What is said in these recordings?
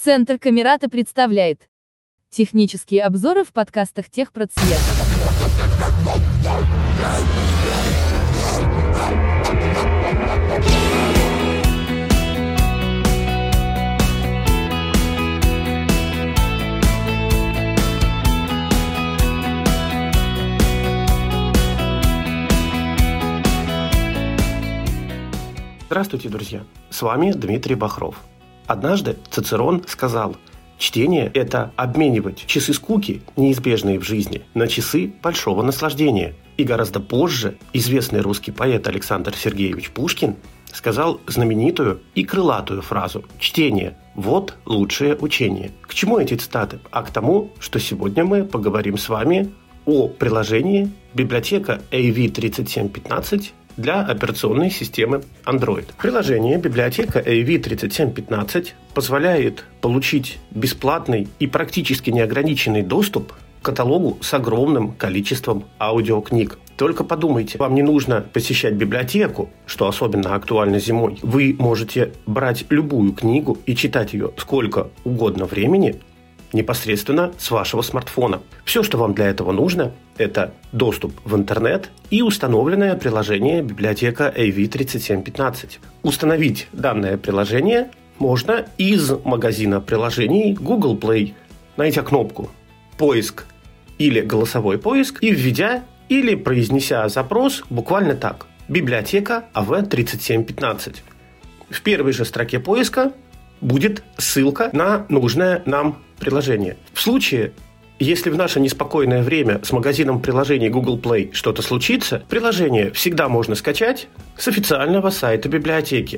Центр Камерата представляет технические обзоры в подкастах Техпроцвет. Здравствуйте, друзья! С вами Дмитрий Бахров. Однажды Цицерон сказал: чтение – это обменивать часы скуки, неизбежные в жизни, на часы большого наслаждения. И гораздо позже известный русский поэт Александр Сергеевич Пушкин сказал знаменитую и крылатую фразу: «Чтение – вот лучшее учение». К чему эти цитаты? А к тому, что сегодня мы поговорим с вами о приложении библиотека AV3715 для операционной системы Android. Приложение библиотека AV3715 позволяет получить бесплатный и практически неограниченный доступ к каталогу с огромным количеством аудиокниг. Только подумайте, вам не нужно посещать библиотеку, что особенно актуально зимой. Вы можете брать любую книгу и читать ее сколько угодно времени непосредственно с вашего смартфона. Все, что вам для этого нужно, это доступ в интернет и установленное приложение библиотека AV3715. Установить данное приложение можно из магазина приложений Google Play, найдя кнопку «Поиск» или «Голосовой поиск» и введя или произнеся запрос буквально так: «Библиотека AV3715». В первой же строке поиска будет ссылка на нужное нам приложение. В случае, если в наше неспокойное время с магазином приложений Google Play что-то случится, приложение всегда можно скачать с официального сайта библиотеки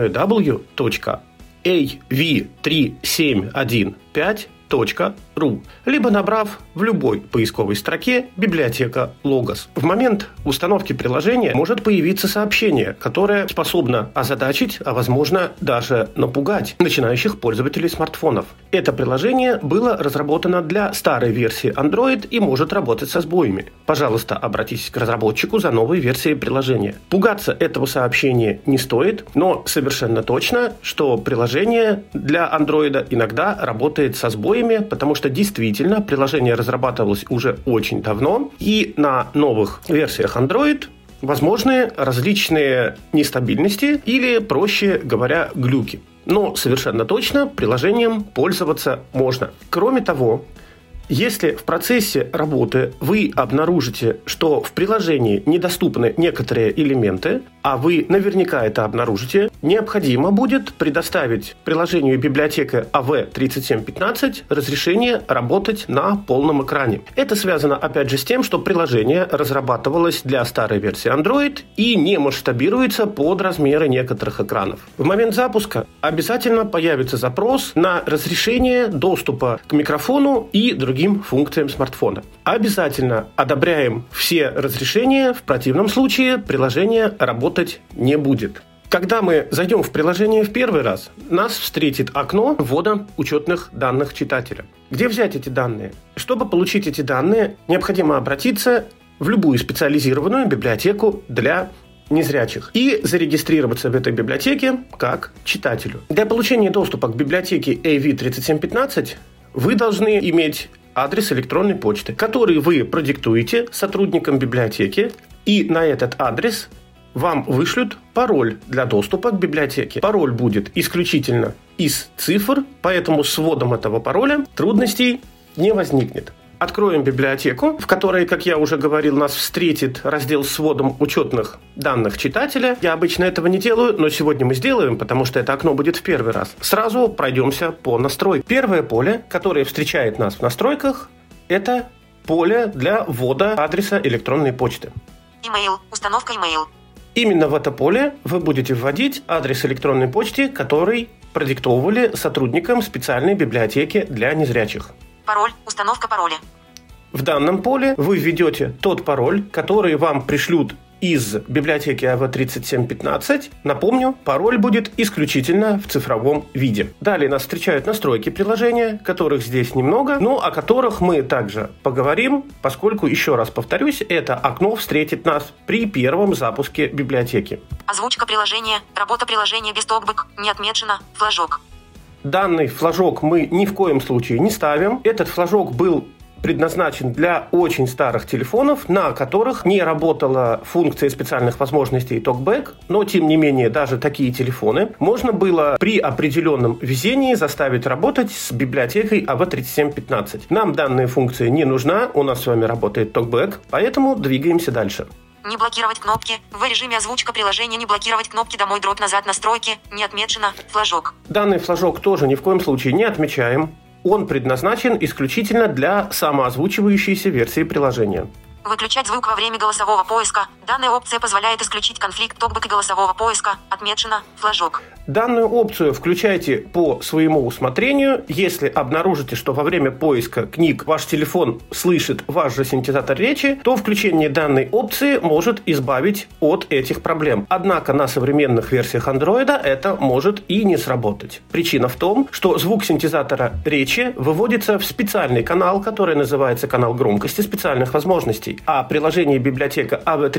www.av3715.ru, либо набрав в любой поисковой строке «Библиотека Logos». В момент установки приложения может появиться сообщение, которое способно озадачить, а возможно даже напугать начинающих пользователей смартфонов. Это приложение было разработано для старой версии Android и может работать со сбоями. Пожалуйста, обратитесь к разработчику за новой версией приложения. Пугаться этого сообщения не стоит, но совершенно точно, что приложение для Android иногда работает со сбоями, потому что действительно приложение разрабатывалось уже очень давно, и на новых версиях Android возможны различные нестабильности или, проще говоря, глюки. Но совершенно точно приложением пользоваться можно. Кроме того, если в процессе работы вы обнаружите, что в приложении недоступны некоторые элементы, а вы наверняка это обнаружите, необходимо будет предоставить приложению библиотека AV3715 разрешение работать на полном экране. Это связано опять же с тем, что приложение разрабатывалось для старой версии Android и не масштабируется под размеры некоторых экранов. В момент запуска обязательно появится запрос на разрешение доступа к микрофону и другим функциям смартфона. Обязательно одобряем все разрешения, в противном случае приложение работать не будет. Когда мы зайдем в приложение в первый раз, нас встретит окно ввода учетных данных читателя. Где взять эти данные? Чтобы получить эти данные, необходимо обратиться в любую специализированную библиотеку для незрячих и зарегистрироваться в этой библиотеке как читателю. Для получения доступа к библиотеке AV3715 вы должны иметь адрес электронной почты, который вы продиктуете сотрудникам библиотеки, и на этот адрес вам вышлют пароль для доступа к библиотеке. Пароль будет исключительно из цифр, поэтому с вводом этого пароля трудностей не возникнет. Откроем библиотеку, в которой, как я уже говорил, нас встретит раздел с вводом учетных данных читателя. Я обычно этого не делаю, но сегодня мы сделаем, потому что это окно будет в первый раз. Сразу пройдемся по настройкам. Первое поле, которое встречает нас в настройках, это поле для ввода адреса электронной почты. Email. Установка email. Именно в это поле вы будете вводить адрес электронной почты, который продиктовывали сотрудникам специальной библиотеки для незрячих. Пароль. Установка пароля. В данном поле вы введете тот пароль, который вам пришлют из библиотеки AV3715. Напомню, пароль будет исключительно в цифровом виде. Далее нас встречают настройки приложения, которых здесь немного, но о которых мы также поговорим, поскольку, еще раз повторюсь, это окно встретит нас при первом запуске библиотеки. Озвучка приложения. Работа приложения без токбэк. Не отмечено. Флажок. Данный флажок мы ни в коем случае не ставим. Этот флажок был предназначен для очень старых телефонов, на которых не работала функция специальных возможностей TalkBack, но, тем не менее, даже такие телефоны можно было при определенном везении заставить работать с библиотекой AV3715. Нам данная функция не нужна, у нас с вами работает TalkBack, поэтому двигаемся дальше. Не блокировать кнопки. В режиме озвучка приложения не блокировать кнопки «Домой», «Дробь», «Назад», «Настройки». Не отмечено. Флажок. Данный флажок тоже ни в коем случае не отмечаем. Он предназначен исключительно для самоозвучивающейся версии приложения. Выключать звук во время голосового поиска. Данная опция позволяет исключить конфликт TalkBack и голосового поиска. Отмечено. Флажок. Данную опцию включайте по своему усмотрению. Если обнаружите, что во время поиска книг ваш телефон слышит ваш же синтезатор речи, то включение данной опции может избавить от этих проблем. Однако на современных версиях Android это может и не сработать. Причина в том, что звук синтезатора речи выводится в специальный канал, который называется канал громкости специальных возможностей. А приложение библиотека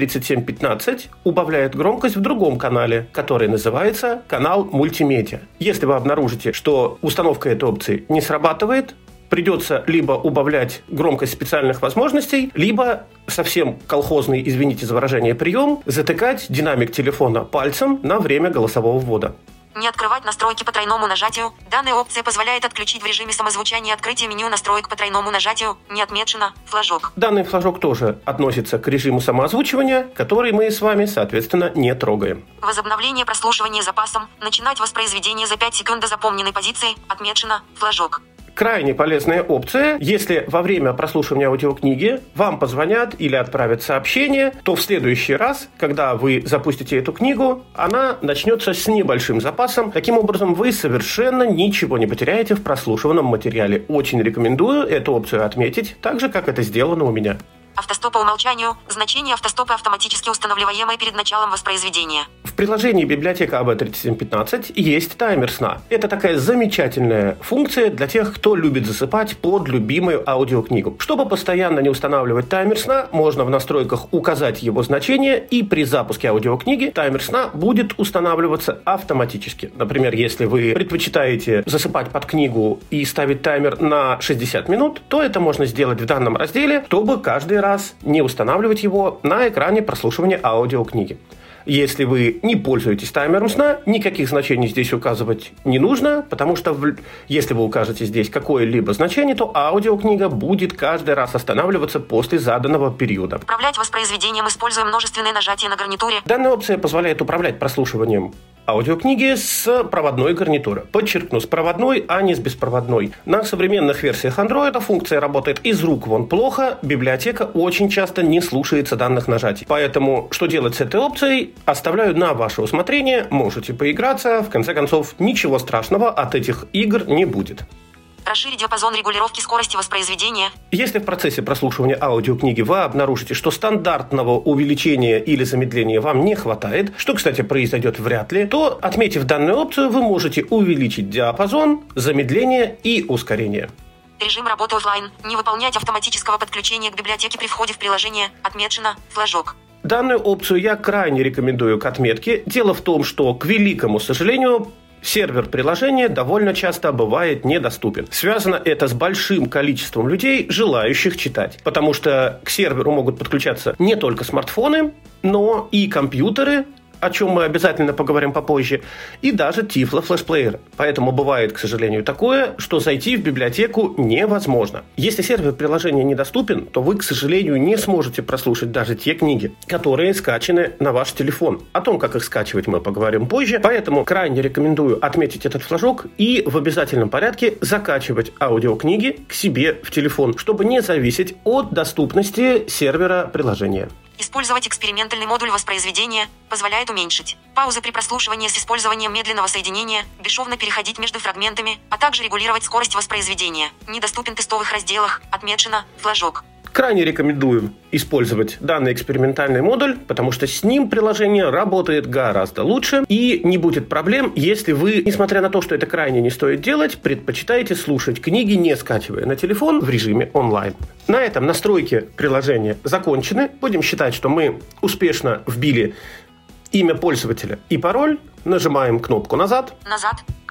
AV3715 убавляет громкость в другом канале, который называется канал мультимедиа. Если вы обнаружите, что установка этой опции не срабатывает, придется либо убавлять громкость специальных возможностей, либо совсем колхозный, извините за выражение, прием, затыкать динамик телефона пальцем на время голосового ввода. Не открывать настройки по тройному нажатию. Данная опция позволяет отключить в режиме самозвучания открытие меню настроек по тройному нажатию. Не отмечено. Флажок. Данный флажок тоже относится к режиму самоозвучивания, который мы с вами, соответственно, не трогаем. Возобновление прослушивания запасом. Начинать воспроизведение за 5 секунд до запомненной позиции. Отмечено. Флажок. Крайне полезная опция. Если во время прослушивания аудиокниги вам позвонят или отправят сообщение, то в следующий раз, когда вы запустите эту книгу, она начнется с небольшим запасом. Таким образом, вы совершенно ничего не потеряете в прослушиванном материале. Очень рекомендую эту опцию отметить, так же, как это сделано у меня. Автостоп по умолчанию. Значение автостопа автоматически устанавливаемое перед началом воспроизведения. В приложении библиотека AV3715 есть таймер сна. Это такая замечательная функция для тех, кто любит засыпать под любимую аудиокнигу. Чтобы постоянно не устанавливать таймер сна, можно в настройках указать его значение, и при запуске аудиокниги таймер сна будет устанавливаться автоматически. Например, если вы предпочитаете засыпать под книгу и ставить таймер на 60 минут, то это можно сделать в данном разделе, чтобы каждый раз не устанавливать его на экране прослушивания аудиокниги. Если вы не пользуетесь таймером сна, никаких значений здесь указывать не нужно, потому что если вы укажете здесь какое-либо значение, то аудиокнига будет каждый раз останавливаться после заданного периода. Управлять воспроизведением, используя множественные нажатия на гарнитуре. Данная опция позволяет управлять прослушиванием аудиокниги с проводной гарнитуры. Подчеркну, с проводной, а не с беспроводной. На современных версиях Android функция работает из рук вон плохо, библиотека очень часто не слушается данных нажатий. Поэтому, что делать с этой опцией, оставляю на ваше усмотрение, можете поиграться, в конце концов, ничего страшного от этих игр не будет. Расширить диапазон регулировки скорости воспроизведения. Если в процессе прослушивания аудиокниги вы обнаружите, что стандартного увеличения или замедления вам не хватает, что, кстати, произойдет вряд ли, то, отметив данную опцию, вы можете увеличить диапазон, замедление и ускорение. Режим работы офлайн. Не выполнять автоматического подключения к библиотеке при входе в приложение. Отмечено. Флажок. Данную опцию я крайне рекомендую к отметке. Дело в том, что, к великому сожалению, сервер приложения довольно часто бывает недоступен. Связано это с большим количеством людей, желающих читать. Потому что к серверу могут подключаться не только смартфоны, но и компьютеры, о чем мы обязательно поговорим попозже, и даже тифло-флешплееры. Поэтому бывает, к сожалению, такое, что зайти в библиотеку невозможно. Если сервер приложения недоступен, то вы, к сожалению, не сможете прослушать даже те книги, которые скачаны на ваш телефон. О том, как их скачивать, мы поговорим позже. Поэтому крайне рекомендую отметить этот флажок и в обязательном порядке закачивать аудиокниги к себе в телефон, чтобы не зависеть от доступности сервера приложения. Использовать экспериментальный модуль воспроизведения позволяет уменьшить паузы при прослушивании с использованием медленного соединения, бесшовно переходить между фрагментами, а также регулировать скорость воспроизведения. Недоступен в тестовых разделах. Отмечено. Флажок. Крайне рекомендую использовать данный экспериментальный модуль, потому что с ним приложение работает гораздо лучше и не будет проблем, если вы, несмотря на то, что это крайне не стоит делать, предпочитаете слушать книги, не скачивая на телефон в режиме онлайн. На этом настройки приложения закончены. Будем считать, что мы успешно вбили имя пользователя и пароль. Нажимаем кнопку «Назад». Назад.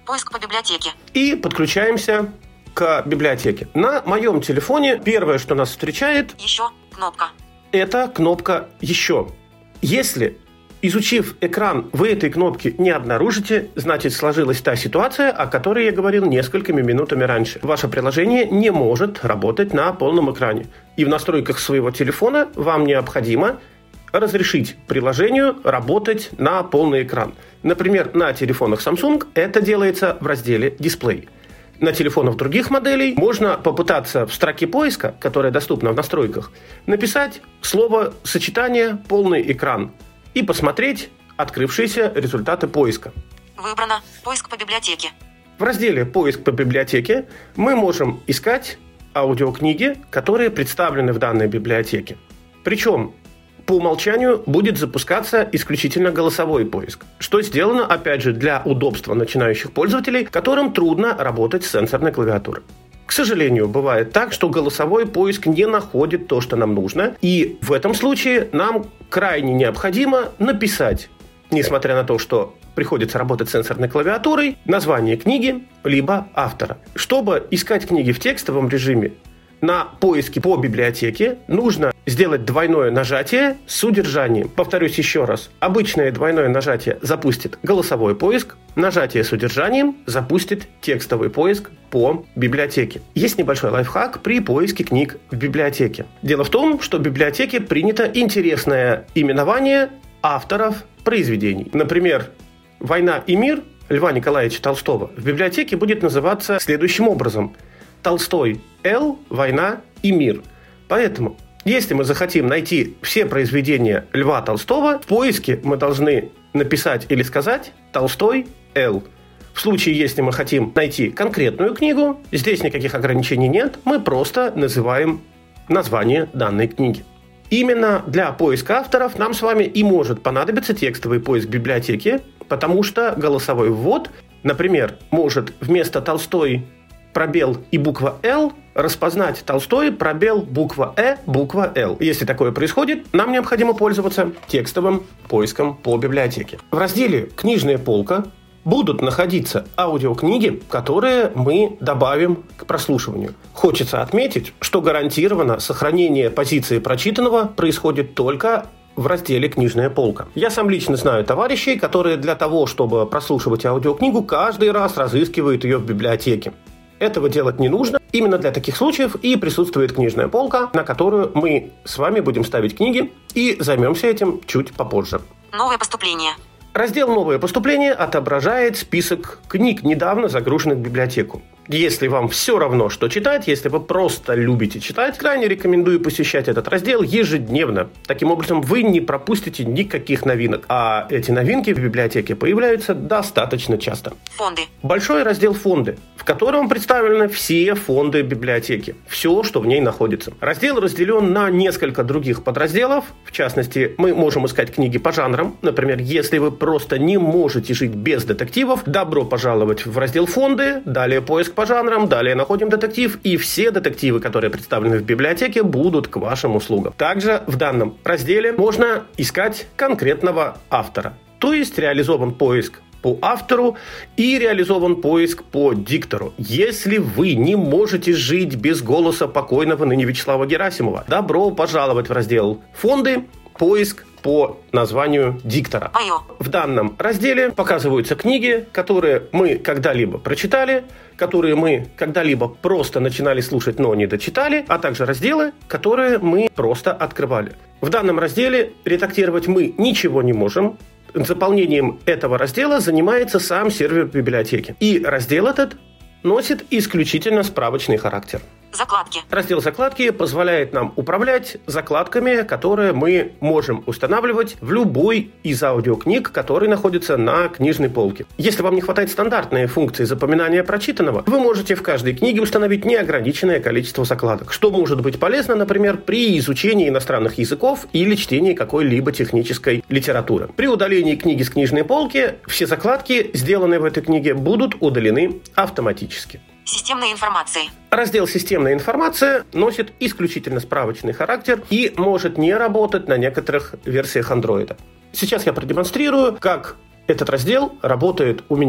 Поиск по библиотеке. И подключаемся к библиотеке. На моем телефоне первое, что нас встречает, Еще кнопка. это кнопка «Еще». Если, изучив экран, вы этой кнопки не обнаружите, значит, сложилась та ситуация, о которой я говорил несколькими минутами раньше. Ваше приложение не может работать на полном экране. И в настройках своего телефона вам необходимо разрешить приложению работать на полный экран. Например, на телефонах Samsung это делается в разделе «Дисплей». На телефонах других моделей можно попытаться в строке поиска, которая доступна в настройках, написать словосочетание «полный экран» и посмотреть открывшиеся результаты поиска. Выбрано. Поиск по библиотеке. В разделе «Поиск по библиотеке» мы можем искать аудиокниги, которые представлены в данной библиотеке. Причем по умолчанию будет запускаться исключительно голосовой поиск, что сделано, опять же, для удобства начинающих пользователей, которым трудно работать с сенсорной клавиатурой. К сожалению, бывает так, что голосовой поиск не находит то, что нам нужно, и в этом случае нам крайне необходимо написать, несмотря на то, что приходится работать с сенсорной клавиатурой, название книги, либо автора. Чтобы искать книги в текстовом режиме, на поиске по библиотеке нужно сделать двойное нажатие с удержанием. Повторюсь еще раз. Обычное двойное нажатие запустит голосовой поиск, нажатие с удержанием запустит текстовый поиск по библиотеке. Есть небольшой лайфхак при поиске книг в библиотеке. Дело в том, что в библиотеке принято интересное именование авторов произведений. Например, «Война и мир» Льва Николаевича Толстого в библиотеке будет называться следующим образом: Толстой Л. «Война и мир». Поэтому, если мы захотим найти все произведения Льва Толстого, в поиске мы должны написать или сказать «Толстой Л». В случае, если мы хотим найти конкретную книгу, здесь никаких ограничений нет, мы просто называем название данной книги. Именно для поиска авторов нам с вами и может понадобиться текстовый поиск библиотеки, потому что голосовой ввод, например, может вместо «Толстой» пробел и буква «Л» распознать «Толстой», пробел, буква буква «Л». Если такое происходит, нам необходимо пользоваться текстовым поиском по библиотеке. В разделе «Книжная полка» будут находиться аудиокниги, которые мы добавим к прослушиванию. Хочется отметить, что гарантированно сохранение позиции прочитанного происходит только в разделе «Книжная полка». Я сам лично знаю товарищей, которые для того, чтобы прослушивать аудиокнигу, каждый раз разыскивают ее в библиотеке. Этого делать не нужно. Именно для таких случаев и присутствует книжная полка, на которую мы с вами будем ставить книги и займемся этим чуть попозже. Новое поступление. Раздел «Новые поступления» отображает список книг, недавно загруженных в библиотеку. Если вам все равно, что читать, если вы просто любите читать, крайне рекомендую посещать этот раздел ежедневно. Таким образом, вы не пропустите никаких новинок, а эти новинки в библиотеке появляются достаточно часто. Фонды. Большой раздел «Фонды», в котором представлены все фонды библиотеки, все, что в ней находится. Раздел разделен на несколько других подразделов. В частности, мы можем искать книги по жанрам. Например, если вы просто не можете жить без детективов, добро пожаловать в раздел «Фонды», далее поиск по жанрам, далее находим детектив, и все детективы, которые представлены в библиотеке, будут к вашим услугам. Также в данном разделе можно искать конкретного автора, то есть реализован поиск по автору и реализован поиск по диктору. Если вы не можете жить без голоса покойного ныне Вячеслава Герасимова, добро пожаловать в раздел «Фонды», поиск по названию диктора. В данном разделе показываются книги, которые мы когда-либо прочитали, которые мы когда-либо просто начинали слушать, но не дочитали, а также разделы, которые мы просто открывали. В данном разделе редактировать мы ничего не можем. Заполнением этого раздела занимается сам сервер библиотеки. И раздел этот носит исключительно справочный характер. Закладки. Раздел «Закладки» позволяет нам управлять закладками, которые мы можем устанавливать в любой из аудиокниг, которые находятся на книжной полке. Если вам не хватает стандартной функции запоминания прочитанного, вы можете в каждой книге установить неограниченное количество закладок, что может быть полезно, например, при изучении иностранных языков или чтении какой-либо технической литературы. При удалении книги с книжной полки все закладки, сделанные в этой книге, будут удалены автоматически. Системная информация. Раздел «Системная информация» носит исключительно справочный характер и может не работать на некоторых версиях Android. Сейчас я продемонстрирую, как этот раздел работает у меня.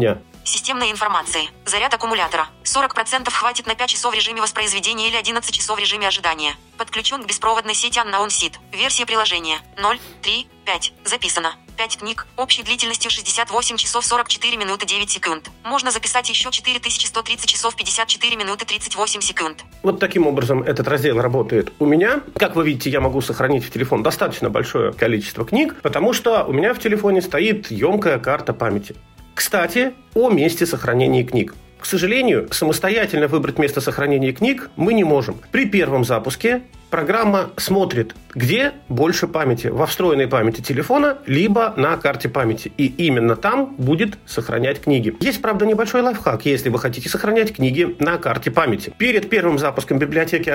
Системной информации. Заряд аккумулятора. 40% хватит на 5 часов в режиме воспроизведения или 11 часов в режиме ожидания. Подключен к беспроводной сети Unknown Seed. Версия приложения 0.3.5. Записано. 5 книг. Общей длительностью 68 часов 44 минуты 9 секунд. Можно записать еще 4130 часов 54 минуты 38 секунд. Вот таким образом этот раздел работает у меня. Как вы видите, я могу сохранить в телефон достаточно большое количество книг, потому что у меня в телефоне стоит емкая карта памяти. Кстати, о месте сохранения книг. К сожалению, самостоятельно выбрать место сохранения книг мы не можем. При первом запуске программа смотрит, где больше памяти, во встроенной памяти телефона, либо на карте памяти. И именно там будет сохранять книги. Есть, правда, небольшой лайфхак, если вы хотите сохранять книги на карте памяти. Перед первым запуском библиотеки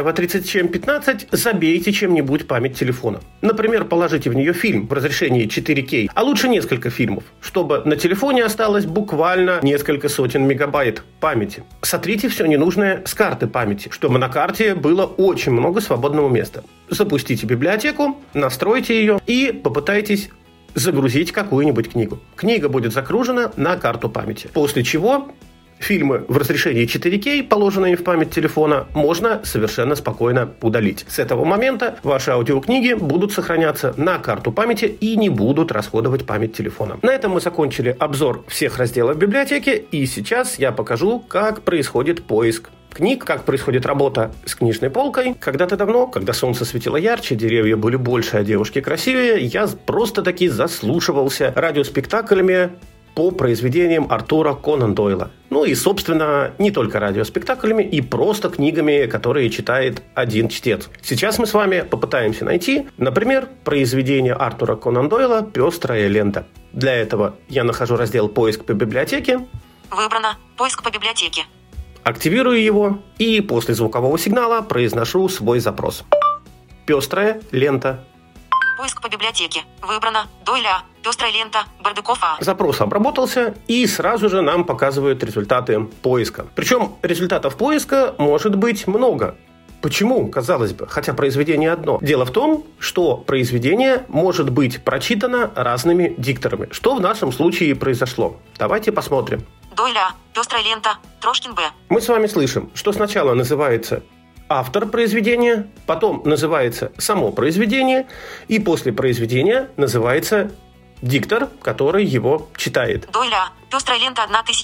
AV3715 забейте чем-нибудь память телефона. Например, положите в нее фильм в разрешении 4К, а лучше несколько фильмов, чтобы на телефоне осталось буквально несколько сотен мегабайт памяти. Сотрите все ненужное с карты памяти, чтобы на карте было очень много свободного места. Запустите библиотеку, настройте ее и попытайтесь загрузить какую-нибудь книгу. Книга будет загружена на карту памяти. После чего фильмы в разрешении 4К, положенные в память телефона, можно совершенно спокойно удалить. С этого момента ваши аудиокниги будут сохраняться на карту памяти и не будут расходовать память телефона. На этом мы закончили обзор всех разделов библиотеки, и сейчас я покажу, как происходит поиск книг, как происходит работа с книжной полкой. Когда-то давно, когда солнце светило ярче, деревья были больше, а девушки красивее, я просто-таки заслушивался радиоспектаклями по произведениям Артура Конан Дойла. Ну и, собственно, не только радиоспектаклями, и просто книгами, которые читает один чтец. Сейчас мы с вами попытаемся найти, например, произведение Артура Конан Дойла «Пестрая лента». Для этого я нахожу раздел «Поиск по библиотеке». Выбрано. Поиск по библиотеке. Активирую его и после звукового сигнала произношу свой запрос. «Пестрая лента». Поиск по библиотеке. Выбрано. Дойля. Пестрая лента. Бардаков А. Запрос обработался, и сразу же нам показывают результаты поиска. Причем результатов поиска может быть много. Почему, казалось бы, хотя произведение одно? Дело в том, что произведение может быть прочитано разными дикторами. Что в нашем случае произошло? Давайте посмотрим. Дойля. Пестрая лента. Трошкин Б. Мы с вами слышим, что сначала называется автор произведения, потом называется само произведение, и после произведения называется диктор, который его читает. Дойля. Пестрая лента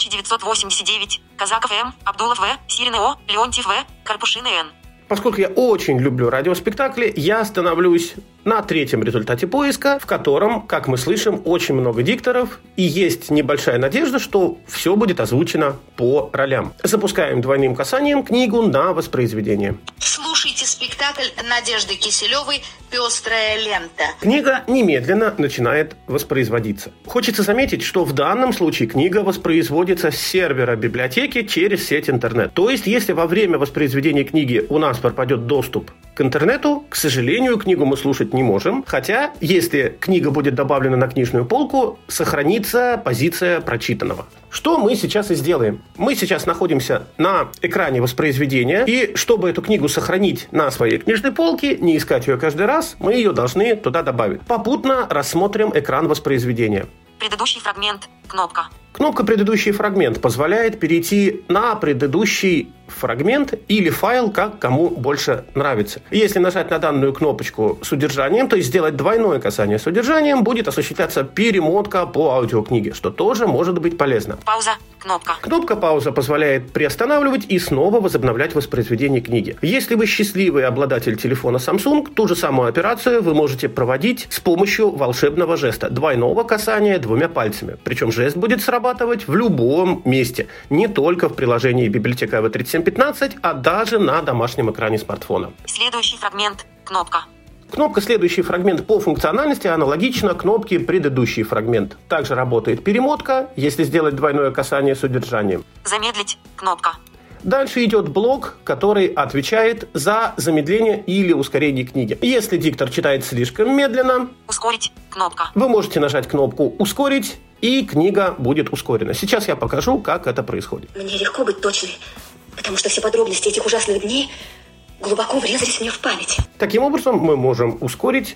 1989. Казаков М. Абдулов В. Сирин О. Леонтьев В. Карпушин Н. Поскольку я очень люблю радиоспектакли, я остановлюсь на третьем результате поиска, в котором, как мы слышим, очень много дикторов, и есть небольшая надежда, что все будет озвучено по ролям. Запускаем двойным касанием книгу на воспроизведение. Слушайте спектакль Надежды Киселевой «Пестрая лента». Книга немедленно начинает воспроизводиться. Хочется заметить, что в данном случае книга воспроизводится с сервера библиотеки через сеть интернет. То есть, если во время воспроизведения книги у нас пропадет доступ к интернету, к сожалению, книгу мы слушать не можем. Хотя, если книга будет добавлена на книжную полку, сохранится позиция прочитанного. Что мы сейчас и сделаем. Мы сейчас находимся на экране воспроизведения, и чтобы эту книгу сохранить на своей книжной полке, не искать ее каждый раз, мы ее должны туда добавить. Попутно рассмотрим экран воспроизведения. Предыдущий фрагмент. Кнопка. Кнопка «Предыдущий фрагмент» позволяет перейти на предыдущий фрагмент или файл, как кому больше нравится. Если нажать на данную кнопочку с удержанием, то есть сделать двойное касание с удержанием, будет осуществляться перемотка по аудиокниге, что тоже может быть полезно. Пауза. Кнопка. Кнопка «Пауза» позволяет приостанавливать и снова возобновлять воспроизведение книги. Если вы счастливый обладатель телефона Samsung, ту же самую операцию вы можете проводить с помощью волшебного жеста. Двойного касания двумя пальцами. Причем жест будет срабатывать в любом месте. Не только в приложении библиотека AV3715, а даже на домашнем экране смартфона. Следующий фрагмент. Кнопка. Кнопка «Следующий фрагмент» по функциональности аналогична кнопке «Предыдущий фрагмент». Также работает перемотка, если сделать двойное касание с удержанием. Замедлить. Кнопка. Дальше идет блок, который отвечает за замедление или ускорение книги. Если диктор читает слишком медленно, Ускорить. Кнопка. вы можете нажать кнопку «Ускорить», и книга будет ускорена. Сейчас я покажу, как это происходит. Мне легко быть точной, потому что все подробности этих ужасных дней глубоко врезались мне в память. Таким образом, мы можем ускорить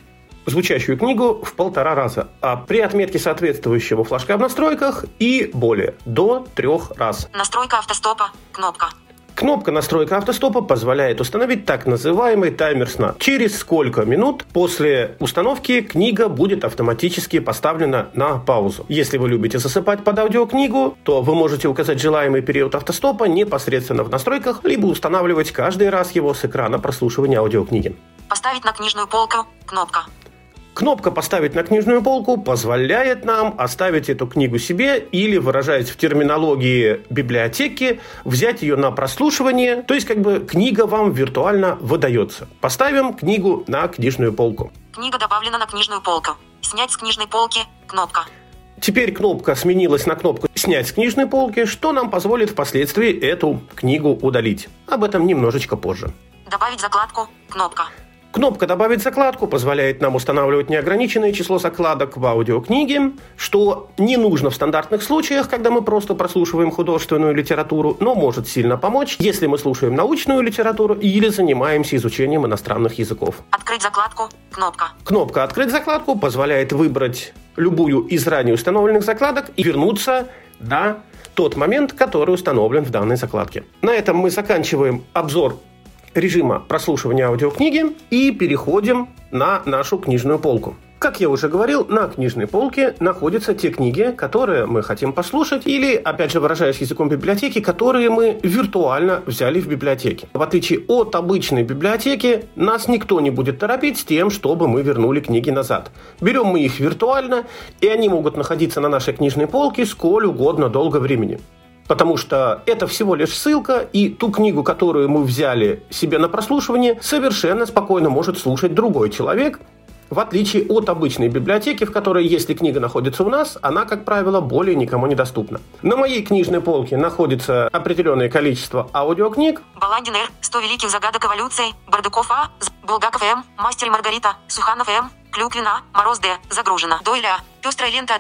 звучащую книгу в 1,5 раза, а при отметке соответствующего флажка в настройках и более, до 3 раз. Настройка автостопа. Кнопка. Кнопка «Настройка автостопа» позволяет установить так называемый таймер сна. Через сколько минут после установки книга будет автоматически поставлена на паузу. Если вы любите засыпать под аудиокнигу, то вы можете указать желаемый период автостопа непосредственно в настройках, либо устанавливать каждый раз его с экрана прослушивания аудиокниги. Поставить на книжную полку. Кнопка. Кнопка «Поставить на книжную полку» позволяет нам оставить эту книгу себе или, выражаясь в терминологии библиотеки, взять ее на прослушивание, то есть книга вам виртуально выдается. Поставим книгу на книжную полку. Книга добавлена на книжную полку. Снять с книжной полки. Кнопка. Теперь кнопка сменилась на кнопку «Снять с книжной полки», что нам позволит впоследствии эту книгу удалить. Об этом немножечко позже. Добавить закладку. Кнопка. Кнопка «Добавить закладку» позволяет нам устанавливать неограниченное число закладок в аудиокниге, что не нужно в стандартных случаях, когда мы просто прослушиваем художественную литературу, но может сильно помочь, если мы слушаем научную литературу или занимаемся изучением иностранных языков. Открыть закладку. Кнопка. Кнопка «Открыть закладку» позволяет выбрать любую из ранее установленных закладок и вернуться на тот момент, который установлен в данной закладке. На этом мы заканчиваем обзор режима прослушивания аудиокниги и переходим на нашу книжную полку. Как я уже говорил, на книжной полке находятся те книги, которые мы хотим послушать, или, опять же, выражаясь языком библиотеки, которые мы виртуально взяли в библиотеке. В отличие от обычной библиотеки, нас никто не будет торопить с тем, чтобы мы вернули книги назад. Берем мы их виртуально, и они могут находиться на нашей книжной полке сколь угодно долго времени. Потому что это всего лишь ссылка, и ту книгу, которую мы взяли себе на прослушивание, совершенно спокойно может слушать другой человек, в отличие от обычной библиотеки, в которой, если книга находится у нас, она, как правило, более никому недоступна. На моей книжной полке находится определенное количество аудиокниг. Баландин Р. 100 великих загадок эволюции. Бардаков А. Булгаков М. Мастер и Маргарита. Суханов М. Клюквина. Мороз Д. Загружено. Дойль А. Пестрая лента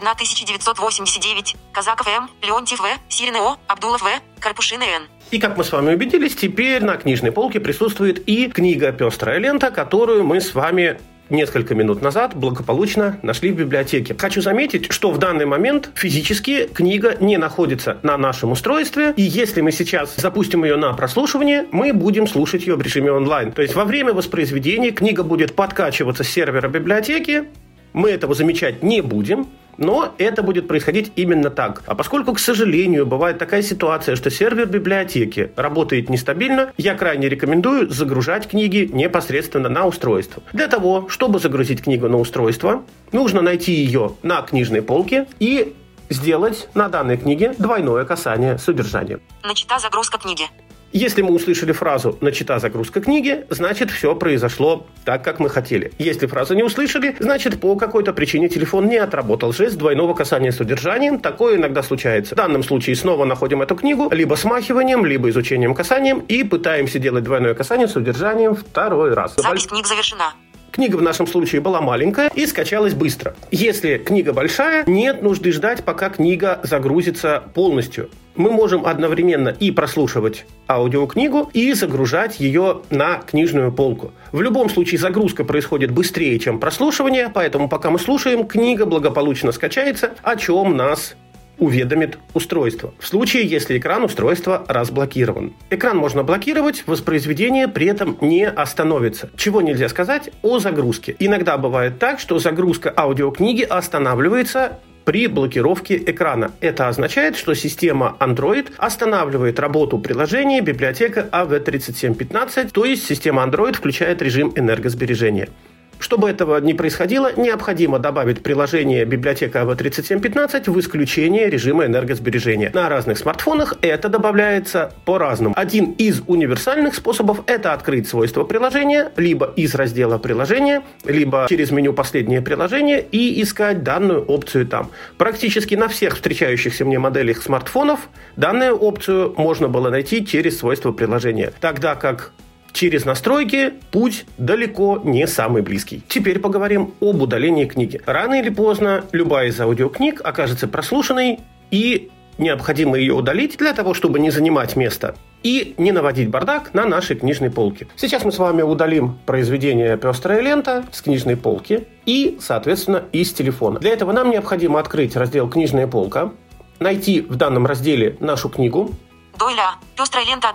1989. Казаков М. Леонтьев В. Сирин О. Абдулов В. Карпушин Н. И, как мы с вами убедились, теперь на книжной полке присутствует и книга «Пестрая лента», которую мы с вами несколько минут назад благополучно нашли в библиотеке. Хочу заметить, что в данный момент физически книга не находится на нашем устройстве, и если мы сейчас запустим ее на прослушивание, мы будем слушать ее в режиме онлайн. То есть во время воспроизведения книга будет подкачиваться с сервера библиотеки, мы этого замечать не будем, но это будет происходить именно так. А поскольку, к сожалению, бывает такая ситуация, что сервер библиотеки работает нестабильно, я крайне рекомендую загружать книги непосредственно на устройство. Для того, чтобы загрузить книгу на устройство, нужно найти ее на книжной полке и сделать на данной книге двойное касание содержания. Начата загрузка книги. Если мы услышали фразу «начата загрузка книги», значит, все произошло так, как мы хотели. Если фразу не услышали, значит, по какой-то причине телефон не отработал жест двойного касания содержанием. Такое иногда случается. В данном случае снова находим эту книгу либо смахиванием, либо изучением касанием и пытаемся делать двойное касание содержанием второй раз. Запись книг завершена. Книга в нашем случае была маленькая и скачалась быстро. Если книга большая, нет нужды ждать, пока книга загрузится полностью. Мы можем одновременно и прослушивать аудиокнигу, и загружать ее на книжную полку. В любом случае загрузка происходит быстрее, чем прослушивание, поэтому пока мы слушаем, книга благополучно скачается, о чем нас уведомит устройство. В случае, если экран устройства разблокирован. Экран можно блокировать, воспроизведение при этом не остановится. Чего нельзя сказать о загрузке. Иногда бывает так, что загрузка аудиокниги останавливается при блокировке экрана. Это означает, что система Android останавливает работу приложения библиотека AV3715, то есть система Android включает режим энергосбережения. Чтобы этого не происходило, необходимо добавить приложение библиотека AV3715 в исключение режима энергосбережения. На разных смартфонах это добавляется по-разному. Один из универсальных способов – это открыть свойства приложения, либо из раздела приложения, либо через меню «Последнее приложение» и искать данную опцию там. Практически на всех встречающихся мне моделях смартфонов данную опцию можно было найти через свойства приложения. Тогда как через настройки путь далеко не самый близкий. Теперь поговорим об удалении книги. Рано или поздно любая из аудиокниг окажется прослушанной и необходимо ее удалить для того, чтобы не занимать место и не наводить бардак на нашей книжной полке. Сейчас мы с вами удалим произведение «Пестрая лента» с книжной полки и, соответственно, из телефона. Для этого нам необходимо открыть раздел «Книжная полка», найти в данном разделе нашу книгу, Дойля, «Пестрая лента»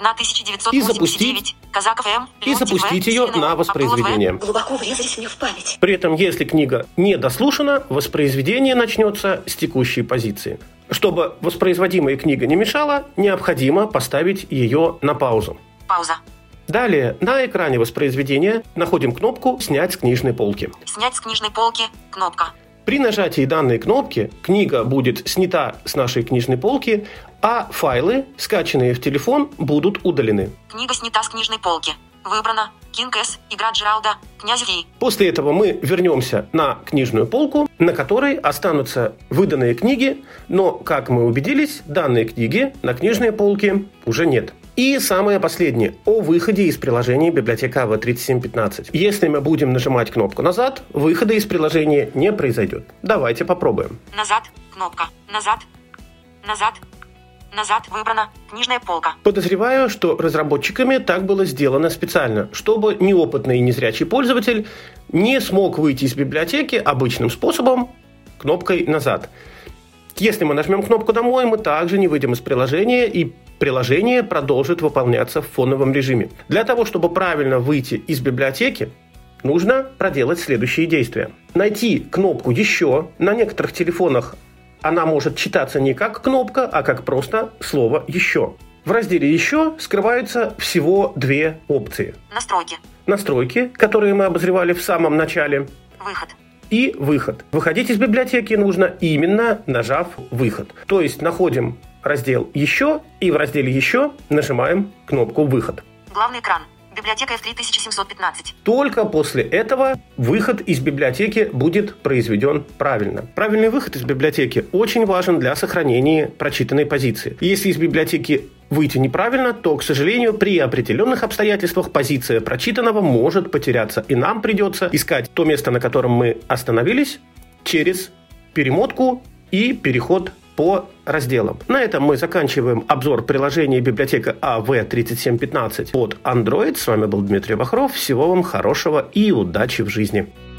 1989, Казаков М. и запустить ее на воспроизведение. Глубоко врезались мне в память. При этом, если книга не дослушана, воспроизведение начнется с текущей позиции. Чтобы воспроизводимая книга не мешала, необходимо поставить ее на паузу. Пауза. Далее на экране воспроизведения находим кнопку «Снять с книжной полки». Снять с книжной полки. Кнопка. При нажатии данной кнопки книга будет снята с нашей книжной полки, а файлы, скачанные в телефон, будут удалены. Книга снята с книжной полки. Выбрано. Кинг С. Игра Джералда. Князь Ви. После этого мы вернемся на книжную полку, на которой останутся выданные книги, но, как мы убедились, данные книги на книжной полке уже нет. И самое последнее, о выходе из приложения библиотека AV3715. Если мы будем нажимать кнопку «Назад», выхода из приложения не произойдет. Давайте попробуем. Назад. Кнопка. Назад. Назад. Назад. Выбрано. Книжная полка. Подозреваю, что разработчиками так было сделано специально, чтобы неопытный и незрячий пользователь не смог выйти из библиотеки обычным способом, кнопкой «Назад». Если мы нажмем кнопку «Домой», мы также не выйдем из приложения, и приложение продолжит выполняться в фоновом режиме. Для того, чтобы правильно выйти из библиотеки, нужно проделать следующие действия. Найти кнопку «Еще». На некоторых телефонах она может читаться не как кнопка, а как просто слово «Еще». В разделе «Еще» скрываются всего две опции. Настройки. Настройки, которые мы обозревали в самом начале. Выход. И выход. Выходить из библиотеки нужно именно нажав «Выход». То есть находим раздел «Еще» и в разделе «Еще» нажимаем кнопку «Выход». Главный экран. Библиотека F3715. Только после этого выход из библиотеки будет произведен правильно. Правильный выход из библиотеки очень важен для сохранения прочитанной позиции. Если из библиотеки выйти неправильно, то, к сожалению, при определенных обстоятельствах позиция прочитанного может потеряться. И нам придется искать то место, на котором мы остановились, через перемотку и переход по разделам. На этом мы заканчиваем обзор приложения библиотека AV3715 под Android. С вами был Дмитрий Бахров. Всего вам хорошего и удачи в жизни.